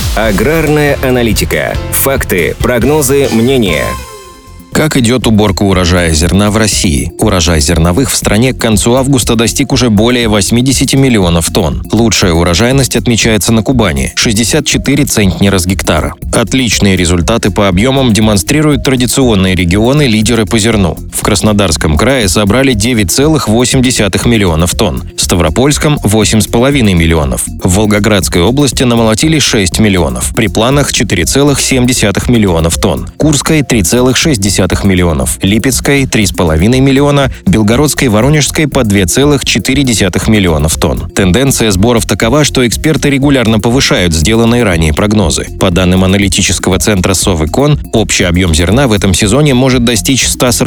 Аграрная аналитика. Факты, прогнозы, мнения. Как идет уборка урожая зерна в России? Урожай зерновых в стране к концу августа достиг уже более 80 миллионов тонн. Лучшая урожайность отмечается на Кубани – 64 центнера с гектара. Отличные результаты по объемам демонстрируют традиционные регионы-лидеры по зерну. В Краснодарском крае собрали 9,8 миллионов тонн, в Ставропольском – 8,5 миллионов. В Волгоградской области намолотили 6 миллионов, при Планах – 4,7 миллионов тонн, Курской – 3,6 миллионов, Липецкой – 3,5 миллиона, Белгородской и Воронежской по 2,4 миллионов тонн. Тенденция сборов такова, что эксперты регулярно повышают сделанные ранее прогнозы. По данным аналитического центра Совэкон, общий объем зерна в этом сезоне может достичь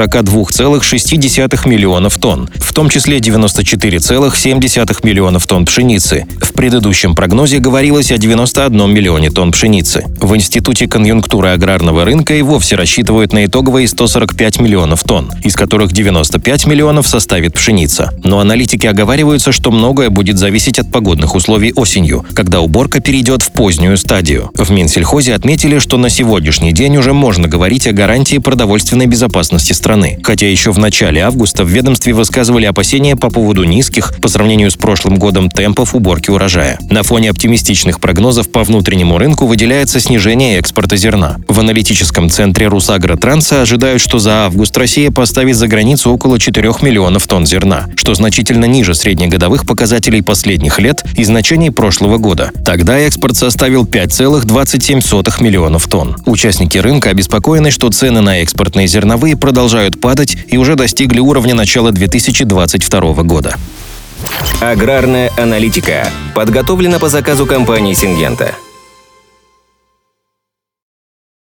142,6 миллионов тонн, в том числе 94,7 миллионов тонн пшеницы. В предыдущем прогнозе говорилось о 91 миллионе тонн пшеницы. В Институте конъюнктуры аграрного рынка и вовсе рассчитывают на итоговые 145 миллионов тонн, из которых 95 миллионов составит пшеница. Но аналитики оговариваются, что многое будет зависеть от погодных условий осенью, когда уборка перейдет в позднюю стадию. В Минсельхозе отметили, что на сегодняшний день уже можно говорить о гарантии продовольственной безопасности страны. Хотя еще в начале августа в ведомстве высказывали опасения по поводу низких, по сравнению с прошлым годом, темпов уборки урожая. На фоне оптимистичных прогнозов по внутреннему рынку выделяется снижение экспорта зерна. В аналитическом центре Русагротранса ожидают, что за август Россия поставит за границу около 4 миллионов тонн зерна, что значительно ниже среднегодовых показателей последних лет и значений прошлого года. Тогда экспорт составил 5,27 миллионов тонн. Участники рынка обеспокоены, что цены на экспортные зерновые продолжают падать и уже достигли уровня начала 2022 года. Аграрная аналитика подготовлена по заказу компании «Сингента».